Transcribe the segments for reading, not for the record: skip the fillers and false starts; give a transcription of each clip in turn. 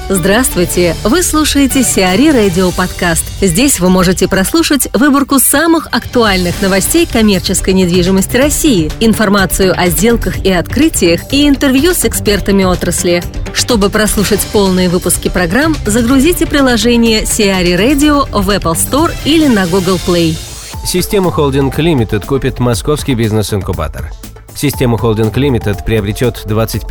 Здравствуйте! Вы слушаете Сиари Радио Подкаст. Здесь вы можете прослушать выборку самых актуальных новостей коммерческой недвижимости России, информацию о сделках и открытиях и интервью с экспертами отрасли. Чтобы прослушать полные выпуски программ, загрузите приложение Сиари Radio в Apple Store или на Google Play. Систему Холдинг Лимитед купит московский бизнес-инкубатор. Система Холдинг Лимитед приобретет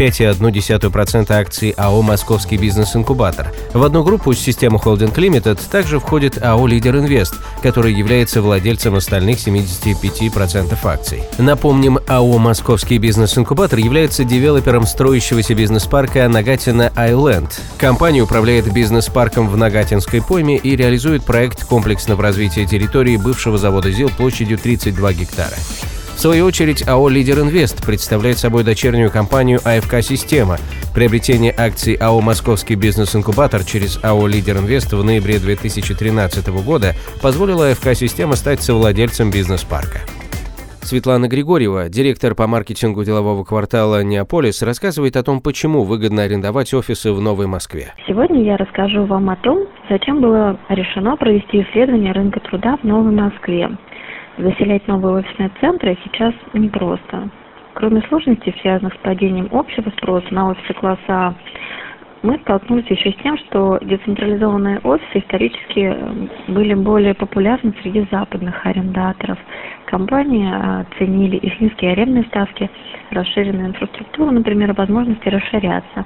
25,1% акций АО «Московский бизнес-инкубатор». В одну группу с системой Холдинг Лимитед также входит АО «Лидер Инвест», который является владельцем остальных 75% акций. Напомним, АО «Московский бизнес-инкубатор» является девелопером строящегося бизнес-парка Нагатино Айленд. Компания управляет бизнес-парком в Нагатинской пойме и реализует проект комплексного развития территории бывшего завода ЗИЛ площадью 32 гектара. В свою очередь, АО «Лидер Инвест» представляет собой дочернюю компанию АФК «Система». Приобретение акций АО «Московский бизнес-инкубатор» через АО «Лидер Инвест» в ноябре 2013 года позволило АФК «Система» стать совладельцем бизнес-парка. Светлана Григорьева, директор по маркетингу делового квартала «Неаполис», рассказывает о том, почему выгодно арендовать офисы в Новой Москве. Сегодня я расскажу вам о том, зачем было решено провести исследование рынка труда в Новой Москве. Заселять новые офисные центры сейчас непросто. Кроме сложностей, связанных с падением общего спроса на офисы класса А, мы столкнулись еще с тем, что децентрализованные офисы исторически были более популярны среди западных арендаторов. Компании оценили их низкие арендные ставки, расширенную инфраструктуру, например, возможности расширяться.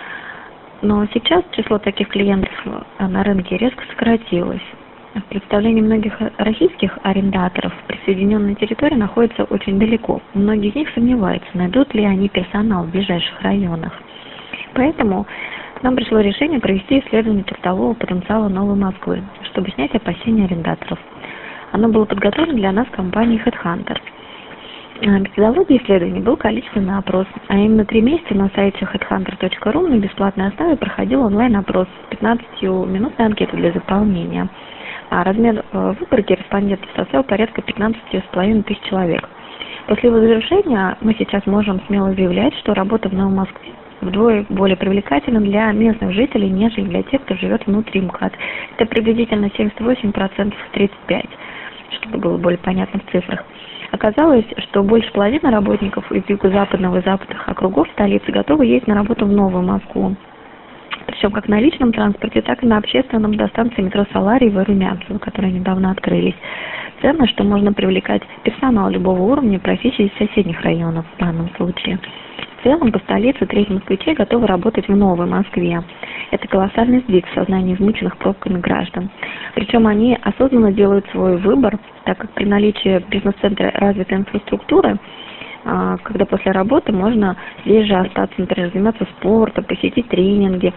Но сейчас число таких клиентов на рынке резко сократилось. В представлении многих российских арендаторов присоединенная территория находится очень далеко. Многие из них сомневаются, найдут ли они персонал в ближайших районах. Поэтому нам пришло решение провести исследование трудового потенциала Новой Москвы, чтобы снять опасения арендаторов. Оно было подготовлено для нас компанией HeadHunter. Методологией исследования был количественный опрос, а именно 3 месяца на сайте headhunter.ru на бесплатной основе проходил онлайн-опрос с 15-минутной анкетой для заполнения. А размер выборки респондентов составил порядка 15,5 тысяч человек. После его завершения мы сейчас можем смело заявлять, что работа в Новой Москве вдвое более привлекательна для местных жителей, нежели для тех, кто живет внутри МКАД. Это приблизительно 78% в 35%, чтобы было более понятно в цифрах. Оказалось, что больше половины работников из юго-западного и западных округов столицы готовы ездить на работу в Новую Москву. Причем как на личном транспорте, так и на общественном до станции метро Саларьево и Румянцево, которые недавно открылись. Ценно, что можно привлекать персонал любого уровня, профессий из соседних районов в данном случае. В целом, по столице треть москвичей готовы работать в Новой Москве. Это колоссальный сдвиг в сознании измученных пробками граждан. Причем они осознанно делают свой выбор, так как при наличии в бизнес-центре развитой инфраструктуры, когда после работы можно здесь же остаться, например, заниматься спортом, посетить тренинги,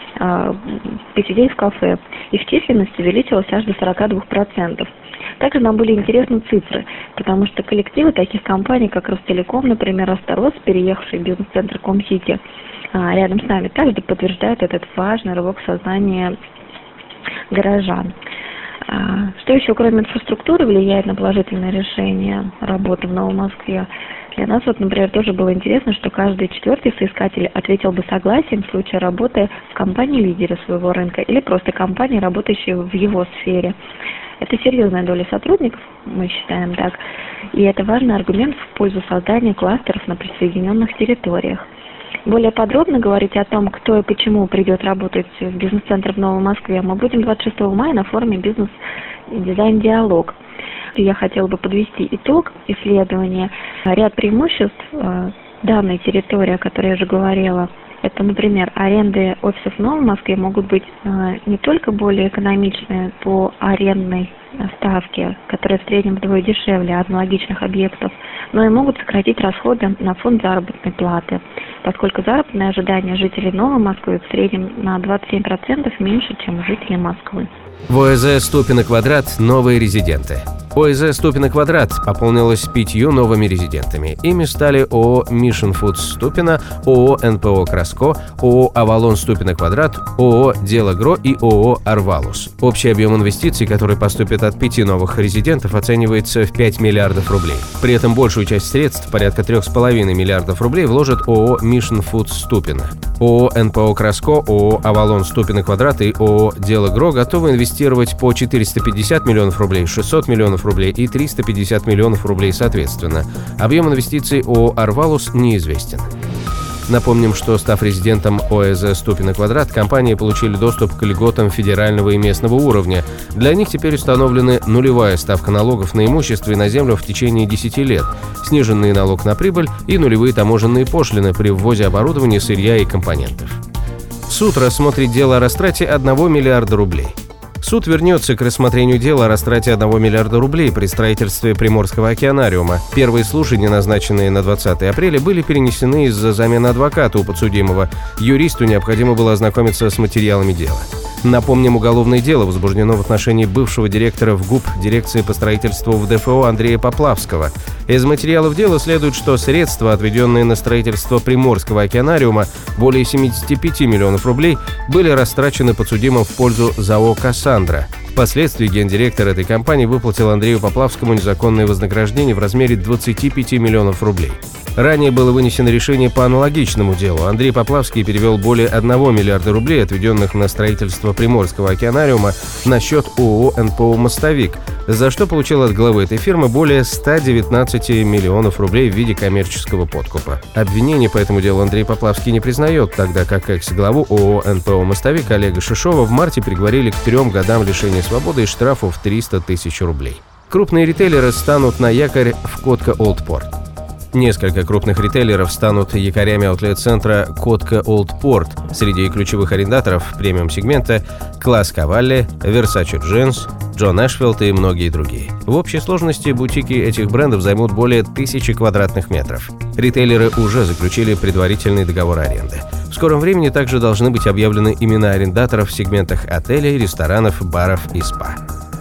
посидеть в кафе. Их численность увеличилась аж до 42%. Также нам были интересны цифры, потому что коллективы таких компаний, как Ростелеком, например, Астарос, переехавший в бизнес-центр Ком-Сити, рядом с нами, также подтверждают этот важный рывок сознания горожан. Что еще, кроме инфраструктуры, влияет на положительное решение работы в Новой Москве? Для нас, например, тоже было интересно, что каждый 4-й соискатель ответил бы согласием в случае работы в компании-лидере своего рынка или просто компании, работающей в его сфере. Это серьезная доля сотрудников, мы считаем так, и это важный аргумент в пользу создания кластеров на присоединенных территориях. Более подробно говорить о том, кто и почему придет работать в бизнес-центр в Новой Москве, мы будем 26 мая на форуме «Бизнес-дизайн-диалог». Я хотела бы подвести итог исследования. Ряд преимуществ данной территории, о которой я уже говорила, это, например, аренды офисов в Новой Москве могут быть не только более экономичные по арендной ставке, которая в среднем вдвое дешевле аналогичных объектов, но и могут сократить расходы на фонд заработной платы, поскольку заработные ожидания жителей Новой Москвы в среднем на 27% меньше, чем у жителей Москвы. В ОЭЗ «Ступино Квадрат» новые резиденты. ОЭЗ «Ступино Квадрат» пополнилась 5 новыми резидентами. Ими стали ООО «Mission Foods Ступино», ООО «НПО Краско», ООО «Авалон Ступино Квадрат», ООО «Делагро» и ООО «Арвалус». Общий объем инвестиций, который поступит от 5 новых резидентов, оценивается в 5 миллиардов рублей. При этом большую большую часть средств, порядка 3,5 миллиардов рублей, вложит ООО «Mission Foods Ступино». ООО «НПО Краско», ООО «Авалон Ступино Квадрат» и ООО «Дело ГРО» готовы инвестировать по 450 миллионов рублей, 600 миллионов рублей и 350 миллионов рублей соответственно. Объем инвестиций ООО «Арвалус» неизвестен. Напомним, что, став резидентом ОЭЗ «Ступино Квадрат», компании получили доступ к льготам федерального и местного уровня. Для них теперь установлена нулевая ставка налогов на имущество и на землю в течение 10 лет, сниженный налог на прибыль и нулевые таможенные пошлины при ввозе оборудования, сырья и компонентов. Суд рассмотрит дело о растрате 1 миллиарда рублей. Суд вернется к рассмотрению дела о растрате 1 миллиарда рублей при строительстве Приморского океанариума. Первые слушания, назначенные на 20 апреля, были перенесены из-за замены адвоката у подсудимого. Юристу необходимо было ознакомиться с материалами дела. Напомним, уголовное дело возбуждено в отношении бывшего директора ВГУП дирекции по строительству в ДФО Андрея Поплавского. Из материалов дела следует, что средства, отведенные на строительство Приморского океанариума, более 75 миллионов рублей, были растрачены подсудимым в пользу ЗАО «Кассандра». Впоследствии гендиректор этой компании выплатил Андрею Поплавскому незаконное вознаграждение в размере 25 миллионов рублей. Ранее было вынесено решение по аналогичному делу. Андрей Поплавский перевел более 1 миллиарда рублей, отведенных на строительство Приморского океанариума, на счет ООО «НПО Мостовик», за что получил от главы этой фирмы более 119 миллионов рублей в виде коммерческого подкупа. Обвинение по этому делу Андрей Поплавский не признает, тогда как экс-главу ООО «НПО Мостовик» Олега Шишова в марте приговорили к 3 годам лишения свободы и штрафу в 300 тысяч рублей. Крупные ритейлеры станут на якорь в Котка Олд Порт. Несколько крупных ритейлеров станут якорями аутлет-центра Котка Олд Порт. Среди ключевых арендаторов премиум-сегмента Класс Кавалли, Versace Jeans, Джон Эшфилд и многие другие. В общей сложности бутики этих брендов займут более 1000 квадратных метров. Ритейлеры уже заключили предварительный договор аренды. В скором времени также должны быть объявлены имена арендаторов в сегментах отелей, ресторанов, баров и спа.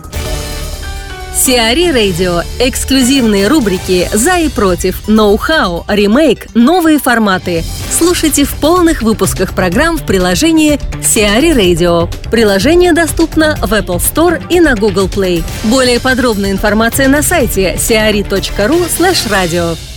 Сиари Радио. Эксклюзивные рубрики «За и против», «Ноу-хау», «Ремейк», «Новые форматы». Слушайте в полных выпусках программ в приложении Сиари Radio. Приложение доступно в Apple Store и на Google Play. Более подробная информация на сайте siari.ru/radio.